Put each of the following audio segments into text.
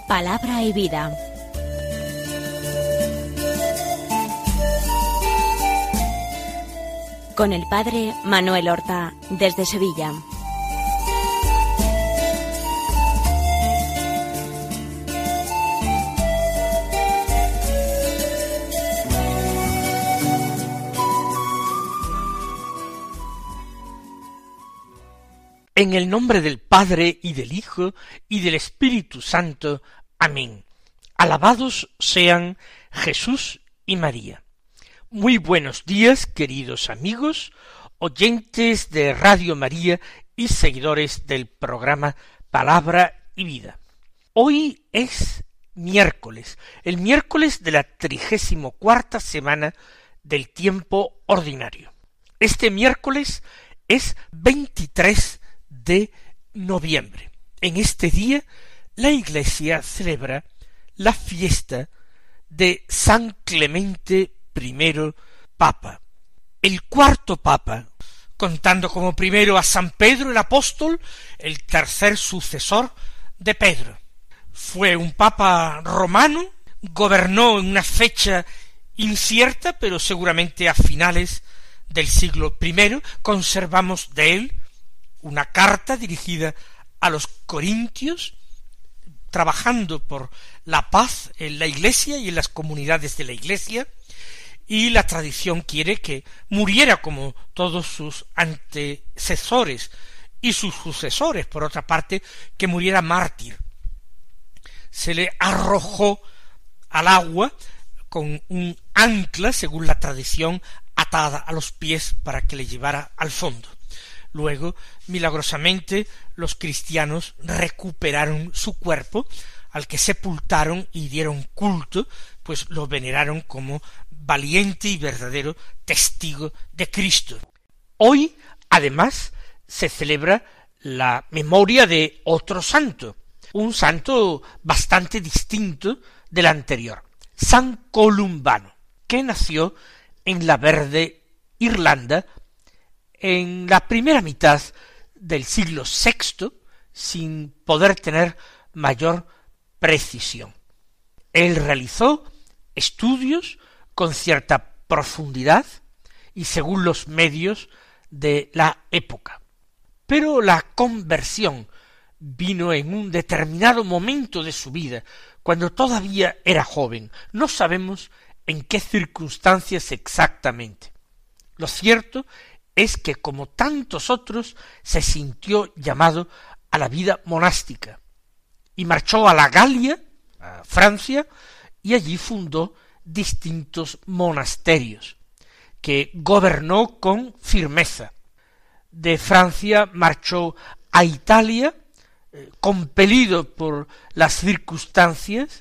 Palabra y vida. Con el padre Manuel Horta, desde Sevilla. En el nombre del Padre, y del Hijo, y del Espíritu Santo. Amén. Alabados sean Jesús y María. Muy buenos días, queridos amigos, oyentes de Radio María y seguidores del programa Palabra y Vida. Hoy es miércoles, el miércoles de la 34ª semana del tiempo ordinario. Este miércoles es 23 de noviembre. En este día la Iglesia celebra la fiesta de San Clemente I Papa, el cuarto Papa, contando como primero a San Pedro el Apóstol, el tercer sucesor de Pedro. Fue un Papa romano, gobernó en una fecha incierta, pero seguramente a finales del siglo I. Conservamos de él una carta dirigida a los corintios, trabajando por la paz en la Iglesia y en las comunidades de la Iglesia, y la tradición quiere que muriera como todos sus antecesores y sus sucesores, por otra parte, que muriera mártir. Se le arrojó al agua con un ancla, según la tradición, atada a los pies para que le llevara al fondo. Luego, milagrosamente, los cristianos recuperaron su cuerpo, al que sepultaron y dieron culto, pues lo veneraron como valiente y verdadero testigo de Cristo. Hoy, además, se celebra la memoria de otro santo, un santo bastante distinto del anterior, San Columbano, que nació en la verde Irlanda en la primera mitad del siglo VI, sin poder tener mayor precisión. Él realizó estudios con cierta profundidad y según los medios de la época. Pero la conversión vino en un determinado momento de su vida, cuando todavía era joven. No sabemos en qué circunstancias exactamente. Lo cierto es que, como tantos otros, se sintió llamado a la vida monástica y marchó a la Galia, a Francia, y allí fundó distintos monasterios que gobernó con firmeza. De Francia marchó a Italia, compelido por las circunstancias,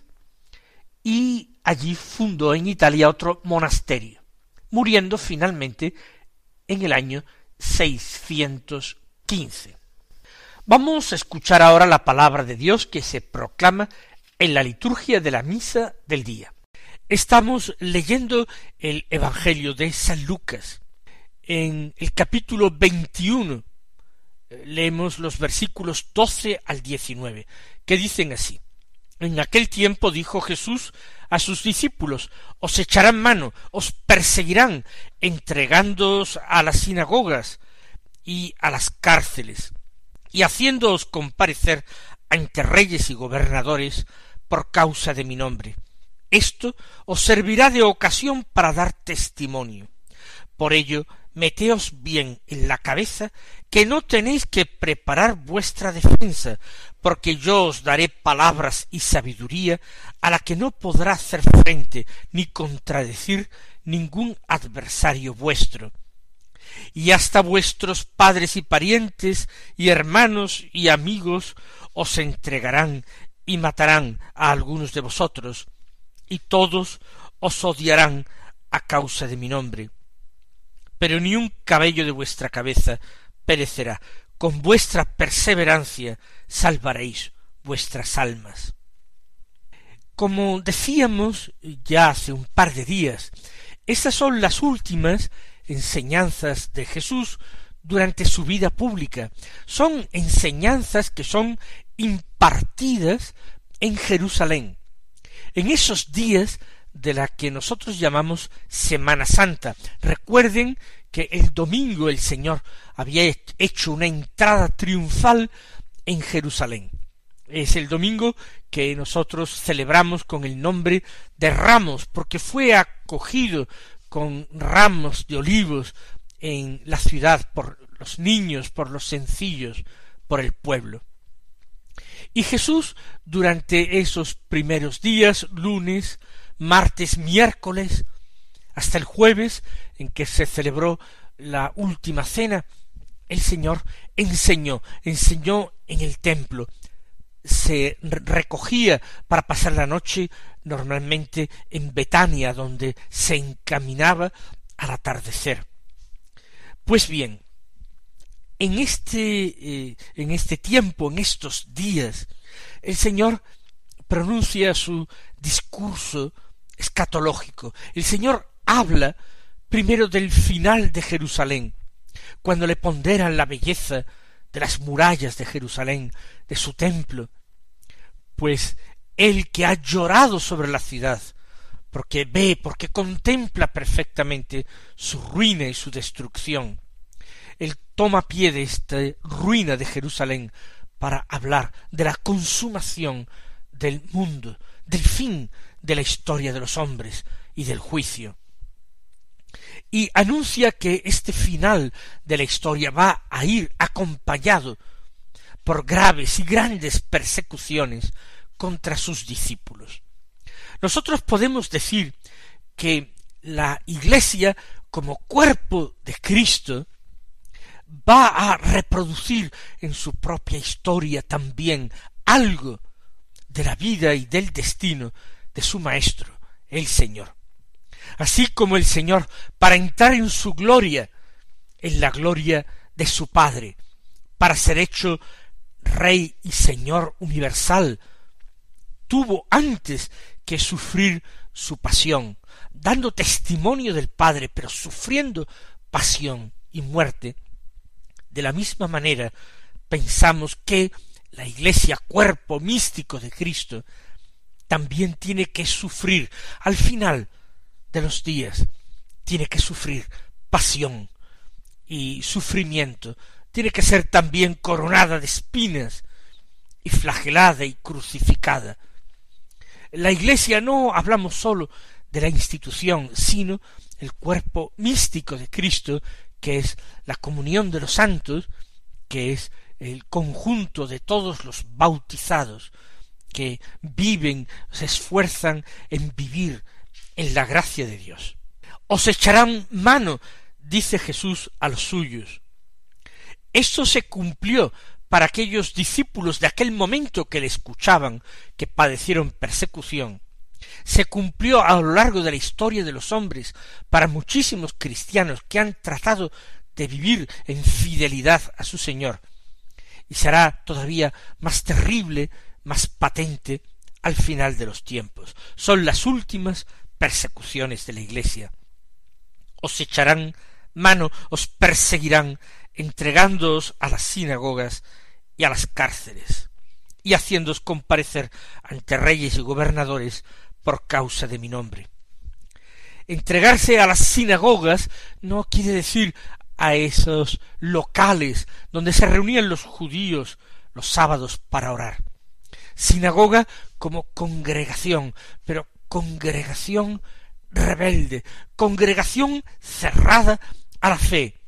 y allí fundó en Italia otro monasterio, muriendo finalmente en el año 615. Vamos a escuchar ahora la palabra de Dios que se proclama en la liturgia de la misa del día. Estamos leyendo el Evangelio de San Lucas. En el capítulo 21 leemos los versículos 12 al 19, que dicen así: En aquel tiempo dijo Jesús a sus discípulos: os echarán mano, os perseguirán, entregándoos a las sinagogas y a las cárceles, y haciéndoos comparecer ante reyes y gobernadores por causa de mi nombre. Esto os servirá de ocasión para dar testimonio. Por ello, meteos bien en la cabeza que no tenéis que preparar vuestra defensa, porque yo os daré palabras y sabiduría a la que no podrá hacer frente ni contradecir ningún adversario vuestro. Y hasta vuestros padres y parientes y hermanos y amigos os entregarán y matarán a algunos de vosotros, y todos os odiarán a causa de mi nombre. Pero ni un cabello de vuestra cabeza perecerá. Con vuestra perseverancia salvaréis vuestras almas. Como decíamos ya hace un par de días, estas son las últimas enseñanzas de Jesús durante su vida pública. Son enseñanzas que son impartidas en Jerusalén, en esos días de la que nosotros llamamos Semana Santa. Recuerden que el domingo el Señor había hecho una entrada triunfal en Jerusalén. Es el domingo que nosotros celebramos con el nombre de Ramos, porque fue acogido con ramos de olivos en la ciudad por los niños, por los sencillos, por el pueblo. Y Jesús, durante esos primeros días, lunes, martes, miércoles, hasta el jueves, en que se celebró la última cena, el Señor enseñó en el templo. Se recogía para pasar la noche normalmente en Betania, donde se encaminaba al atardecer. Pues bien, en este tiempo, en estos días, el Señor pronuncia su discurso escatológico. El Señor habla primero del final de Jerusalén, cuando le ponderan la belleza de las murallas de Jerusalén, de su templo, pues él que ha llorado sobre la ciudad, porque contempla perfectamente su ruina y su destrucción, él toma pie de esta ruina de Jerusalén para hablar de la consumación del mundo, del fin de la historia de los hombres y del juicio. Y anuncia que este final de la historia va a ir acompañado por graves y grandes persecuciones contra sus discípulos. Nosotros podemos decir que la Iglesia, como cuerpo de Cristo, va a reproducir en su propia historia también algo de la vida y del destino de su Maestro, el Señor. Así como el Señor, para entrar en su gloria, en la gloria de su Padre, para ser hecho Rey y Señor universal, tuvo antes que sufrir su pasión, dando testimonio del Padre, pero sufriendo pasión y muerte. De la misma manera, pensamos que la Iglesia, cuerpo místico de Cristo, también tiene que sufrir, al final de los días, tiene que sufrir pasión y sufrimiento, tiene que ser también coronada de espinas y flagelada y crucificada. La Iglesia no hablamos sólo de la institución, sino el cuerpo místico de Cristo, que es la comunión de los santos, que es el conjunto de todos los bautizados que viven, se esfuerzan en vivir en la gracia de Dios. Os echarán mano, dice Jesús a los suyos. Esto se cumplió para aquellos discípulos de aquel momento que le escuchaban, que padecieron persecución. Se cumplió a lo largo de la historia de los hombres para muchísimos cristianos que han tratado de vivir en fidelidad a su Señor. Y será todavía más terrible, más patente al final de los tiempos. Son las últimas persecuciones de la Iglesia. Os echarán mano, os perseguirán, entregándoos a las sinagogas y a las cárceles, y haciéndoos comparecer ante reyes y gobernadores por causa de mi nombre. Entregarse a las sinagogas no quiere decir a esos locales donde se reunían los judíos los sábados para orar. Sinagoga como congregación, pero congregación rebelde, congregación cerrada a la fe.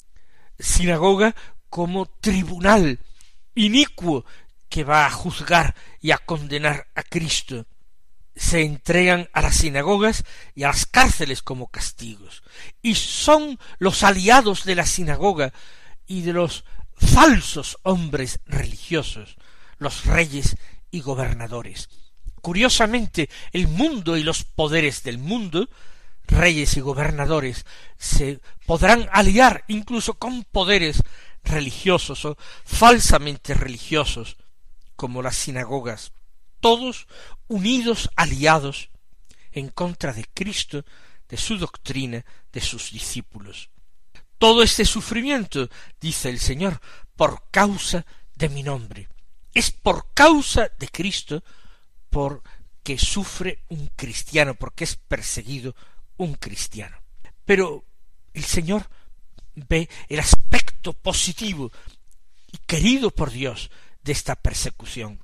Sinagoga como tribunal inicuo que va a juzgar y a condenar a Cristo. Se entregan a las sinagogas y a las cárceles como castigos, y son los aliados de la sinagoga y de los falsos hombres religiosos, los reyes y gobernadores. Curiosamente, el mundo y los poderes del mundo, reyes y gobernadores, se podrán aliar incluso con poderes religiosos o falsamente religiosos, como las sinagogas, todos unidos, aliados en contra de Cristo, de su doctrina, de sus discípulos. Todo este sufrimiento, dice el Señor, por causa de mi nombre. Es por causa de Cristo porque sufre un cristiano, porque es perseguido un cristiano. Pero el Señor ve el aspecto positivo y querido por Dios de esta persecución.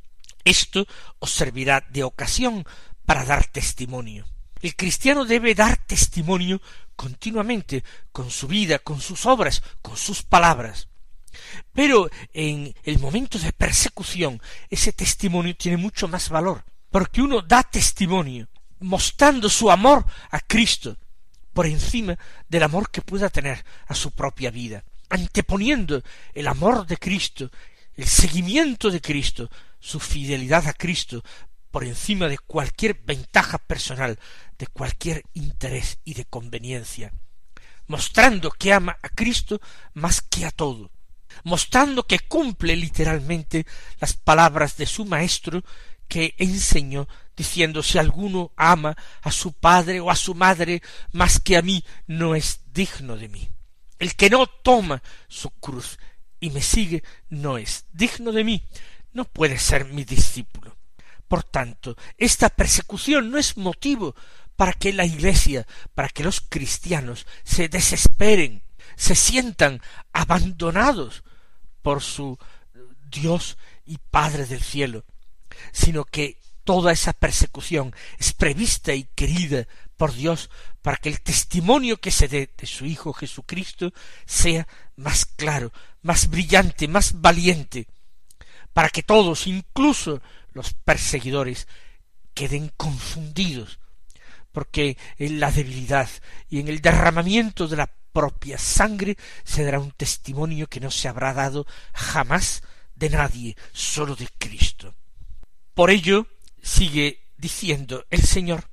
Esto os servirá de ocasión para dar testimonio. El cristiano debe dar testimonio continuamente, con su vida, con sus obras, con sus palabras. Pero en el momento de persecución, ese testimonio tiene mucho más valor, porque uno da testimonio mostrando su amor a Cristo por encima del amor que pueda tener a su propia vida, anteponiendo el amor de Cristo, el seguimiento de Cristo, su fidelidad a Cristo, por encima de cualquier ventaja personal, de cualquier interés y de conveniencia, mostrando que ama a Cristo más que a todo, mostrando que cumple literalmente las palabras de su Maestro, que enseñó diciendo: si alguno ama a su padre o a su madre más que a mí, no es digno de mí. El que no toma su cruz y me sigue no es digno de mí, no puede ser mi discípulo. Por tanto, esta persecución no es motivo para que la Iglesia, para que los cristianos se desesperen, se sientan abandonados por su Dios y Padre del cielo, sino que toda esa persecución es prevista y querida por Dios para que el testimonio que se dé de su Hijo Jesucristo sea más claro, más brillante, más valiente, para que todos, incluso los perseguidores, queden confundidos, porque en la debilidad y en el derramamiento de la propia sangre se dará un testimonio que no se habrá dado jamás de nadie, sólo de Cristo. Por ello, sigue diciendo el Señor: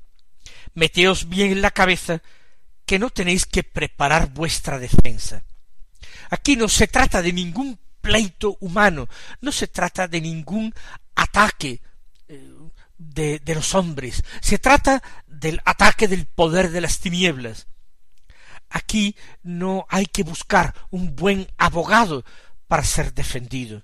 meteos bien en la cabeza que no tenéis que preparar vuestra defensa. Aquí no se trata de ningún pleito humano, no se trata de ningún ataque de los hombres, se trata del ataque del poder de las tinieblas. Aquí no hay que buscar un buen abogado para ser defendido.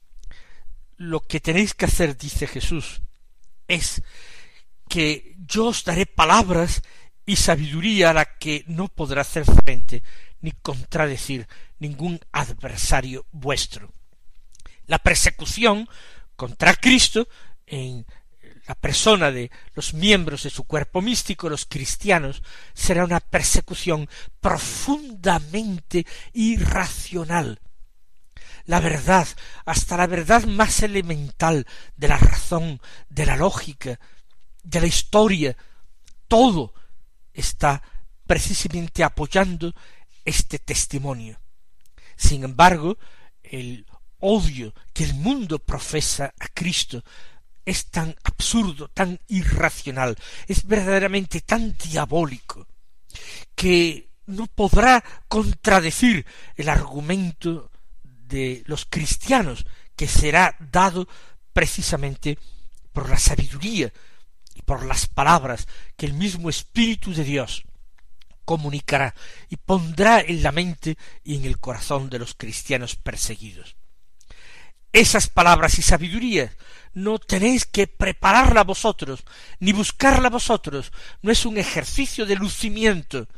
Lo que tenéis que hacer, dice Jesús, es que yo os daré palabras y sabiduría a la que no podrá hacer frente ni contradecir ningún adversario vuestro. La persecución contra Cristo en la persona de los miembros de su cuerpo místico, los cristianos, será una persecución profundamente irracional. La verdad, hasta la verdad más elemental de la razón, de la lógica, de la historia, todo está precisamente apoyando este testimonio. Sin embargo, el odio que el mundo profesa a Cristo es tan absurdo, tan irracional, es verdaderamente tan diabólico, que no podrá contradecir el argumento de los cristianos, que será dado precisamente por la sabiduría y por las palabras que el mismo Espíritu de Dios comunicará y pondrá en la mente y en el corazón de los cristianos perseguidos. Esas palabras y sabiduría no tenéis que prepararla vosotros, ni buscarla vosotros, no es un ejercicio de lucimiento,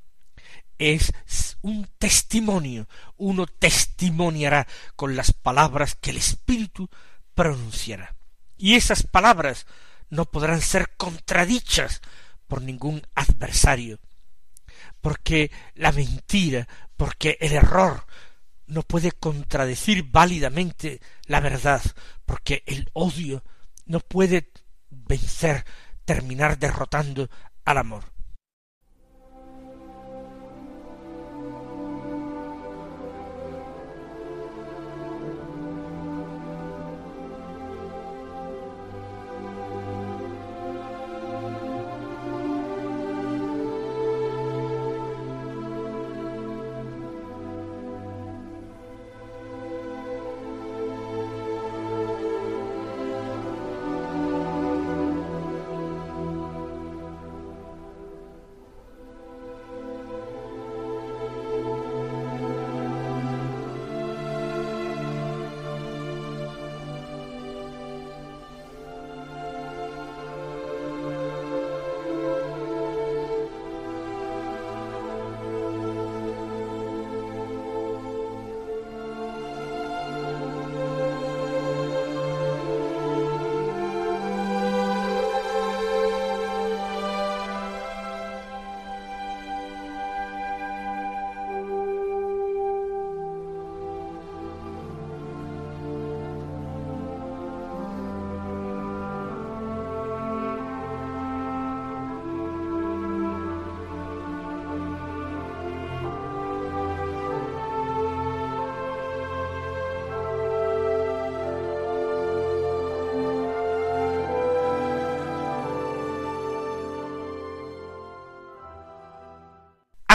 es un testimonio, uno testimoniará con las palabras que el Espíritu pronunciará. Y esas palabras no podrán ser contradichas por ningún adversario, porque la mentira, porque el error no puede contradecir válidamente la verdad, porque el odio no puede vencer, terminar derrotando al amor.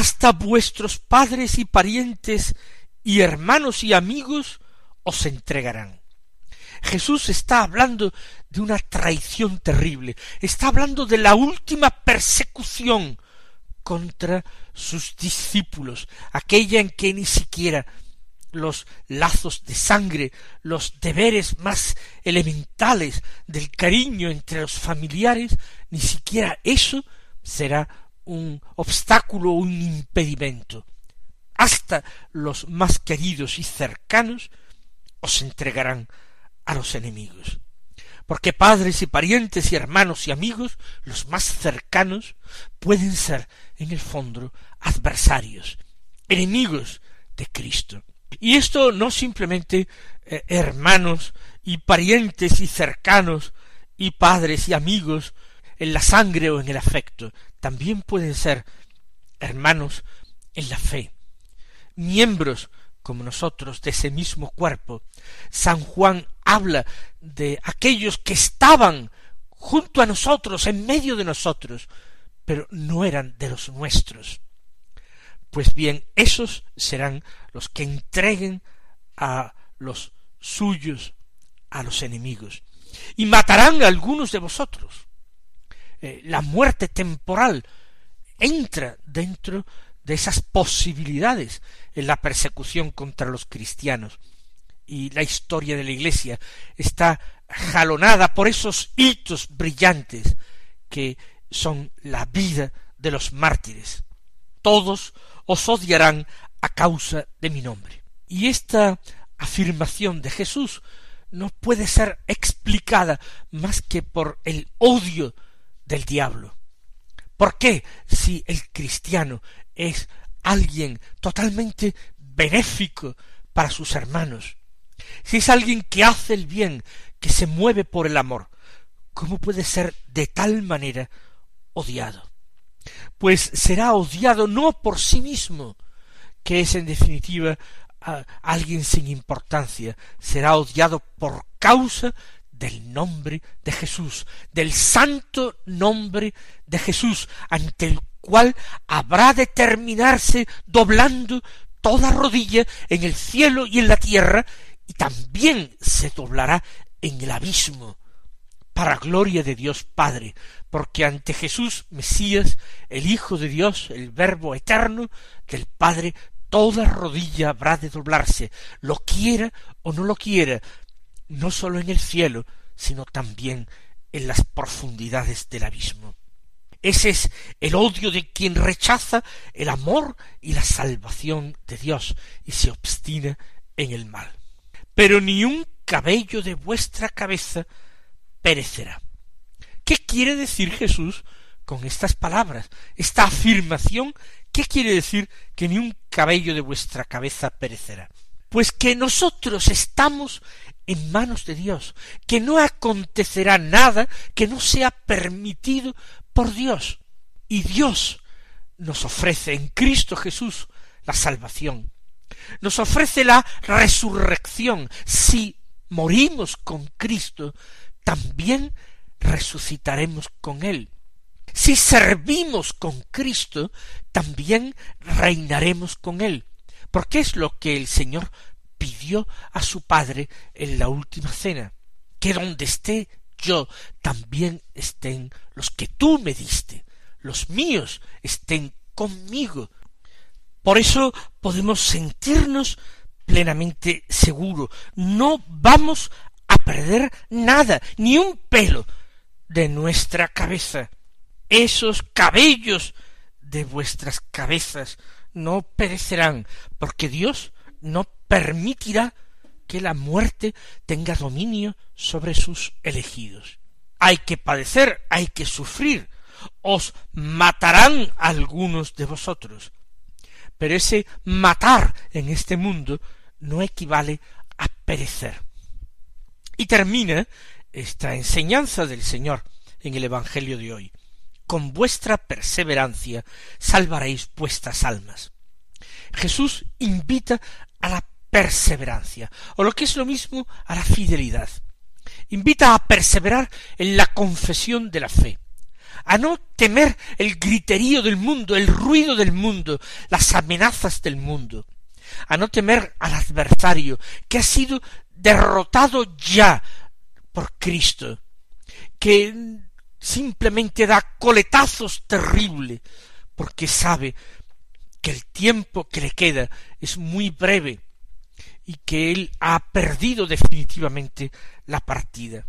hasta vuestros padres y parientes y hermanos y amigos os entregarán. Jesús está hablando de una traición terrible, está hablando de la última persecución contra sus discípulos, aquella en que ni siquiera los lazos de sangre, los deberes más elementales del cariño entre los familiares, ni siquiera eso será un obstáculo o un impedimento. Hasta los más queridos y cercanos os entregarán a los enemigos. Porque padres y parientes y hermanos y amigos, los más cercanos, pueden ser, en el fondo, adversarios, enemigos de Cristo. Y esto no simplemente hermanos y parientes y cercanos y padres y amigos en la sangre o en el afecto, también pueden ser hermanos en la fe, miembros como nosotros de ese mismo cuerpo. San Juan habla de aquellos que estaban junto a nosotros, en medio de nosotros, pero no eran de los nuestros. Pues bien, esos serán los que entreguen a los suyos, a los enemigos, y matarán a algunos de vosotros. La muerte temporal entra dentro de esas posibilidades en la persecución contra los cristianos, y la historia de la Iglesia está jalonada por esos hitos brillantes que son la vida de los mártires. Todos os odiarán a causa de mi nombre. Y esta afirmación de Jesús no puede ser explicada más que por el odio del diablo. ¿Por qué, si el cristiano es alguien totalmente benéfico para sus hermanos, si es alguien que hace el bien, que se mueve por el amor, cómo puede ser de tal manera odiado? Pues será odiado no por sí mismo, que es en definitiva alguien sin importancia, será odiado por causa del nombre de Jesús, del santo nombre de Jesús, ante el cual habrá de terminarse doblando toda rodilla en el cielo y en la tierra, y también se doblará en el abismo, para gloria de Dios Padre, porque ante Jesús Mesías, el Hijo de Dios, el Verbo eterno del Padre, toda rodilla habrá de doblarse, lo quiera o no lo quiera, no sólo en el cielo, sino también en las profundidades del abismo. Ese es el odio de quien rechaza el amor y la salvación de Dios y se obstina en el mal. Pero ni un cabello de vuestra cabeza perecerá. ¿Qué quiere decir Jesús con estas palabras? Esta afirmación, ¿qué quiere decir que ni un cabello de vuestra cabeza perecerá? Pues que nosotros estamos en manos de Dios, que no acontecerá nada que no sea permitido por Dios. Y Dios nos ofrece en Cristo Jesús la salvación, nos ofrece la resurrección. Si morimos con Cristo, también resucitaremos con Él. Si servimos con Cristo, también reinaremos con Él, porque es lo que el Señor pidió a su Padre en la última cena, que donde esté yo, también estén los que tú me diste, los míos estén conmigo. Por eso podemos sentirnos plenamente seguros, no vamos a perder nada, ni un pelo de nuestra cabeza. Esos cabellos de vuestras cabezas no perecerán, porque Dios no permitirá que la muerte tenga dominio sobre sus elegidos. Hay que padecer, hay que sufrir, os matarán algunos de vosotros. Pero ese matar en este mundo no equivale a perecer. Y termina esta enseñanza del Señor en el Evangelio de hoy: con vuestra perseverancia salvaréis vuestras almas. Jesús invita a la perseverancia, o lo que es lo mismo, a la fidelidad. Invita a perseverar en la confesión de la fe, a no temer el griterío del mundo, el ruido del mundo, las amenazas del mundo, a no temer al adversario que ha sido derrotado ya por Cristo, que simplemente da coletazos terribles porque sabe que el tiempo que le queda es muy breve y que él ha perdido definitivamente la partida.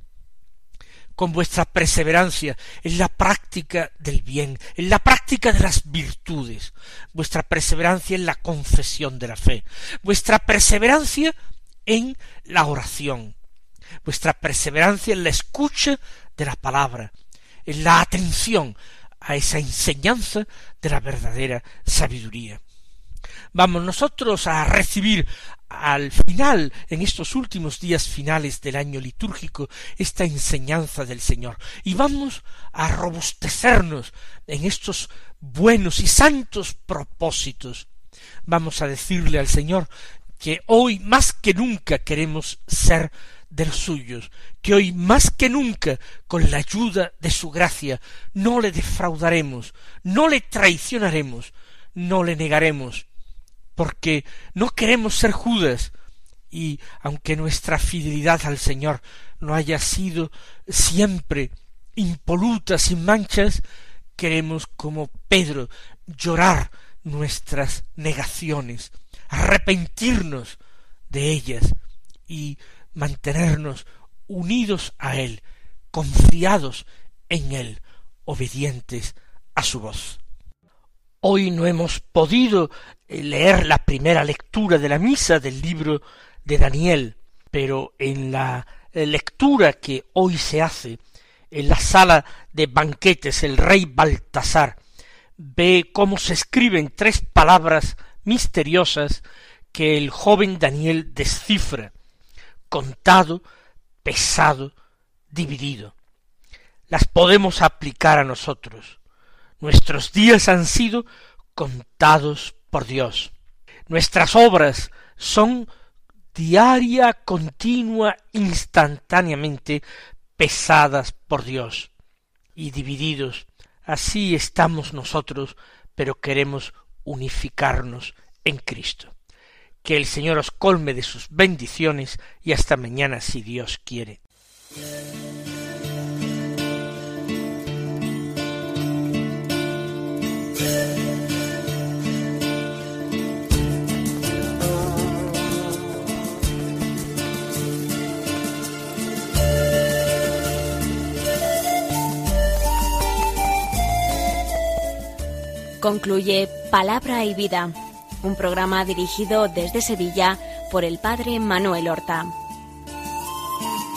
Con vuestra perseverancia en la práctica del bien, en la práctica de las virtudes, vuestra perseverancia en la confesión de la fe, vuestra perseverancia en la oración, vuestra perseverancia en la escucha de la palabra, en la atención a esa enseñanza de la verdadera sabiduría. Vamos nosotros a recibir al final, en estos últimos días finales del año litúrgico, esta enseñanza del Señor, y vamos a robustecernos en estos buenos y santos propósitos. Vamos a decirle al Señor que hoy más que nunca queremos ser de los suyos, que hoy más que nunca, con la ayuda de su gracia, no le defraudaremos, no le traicionaremos, no le negaremos, porque no queremos ser Judas, y aunque nuestra fidelidad al Señor no haya sido siempre impoluta, sin manchas, queremos, como Pedro, llorar nuestras negaciones, arrepentirnos de ellas y mantenernos unidos a Él, confiados en Él, obedientes a su voz. Hoy no hemos podido leer la primera lectura de la misa del libro de Daniel, pero en la lectura que hoy se hace en la sala de banquetes, el rey Baltasar ve cómo se escriben 3 palabras misteriosas que el joven Daniel descifra: contado, pesado, dividido. Las podemos aplicar a nosotros. Nuestros días han sido contados por Dios. Nuestras obras son diaria, continua, instantáneamente pesadas por Dios y divididos. Así estamos nosotros, pero queremos unificarnos en Cristo. Que el Señor os colme de sus bendiciones y hasta mañana si Dios quiere. Concluye Palabra y Vida, un programa dirigido desde Sevilla por el padre Manuel Horta.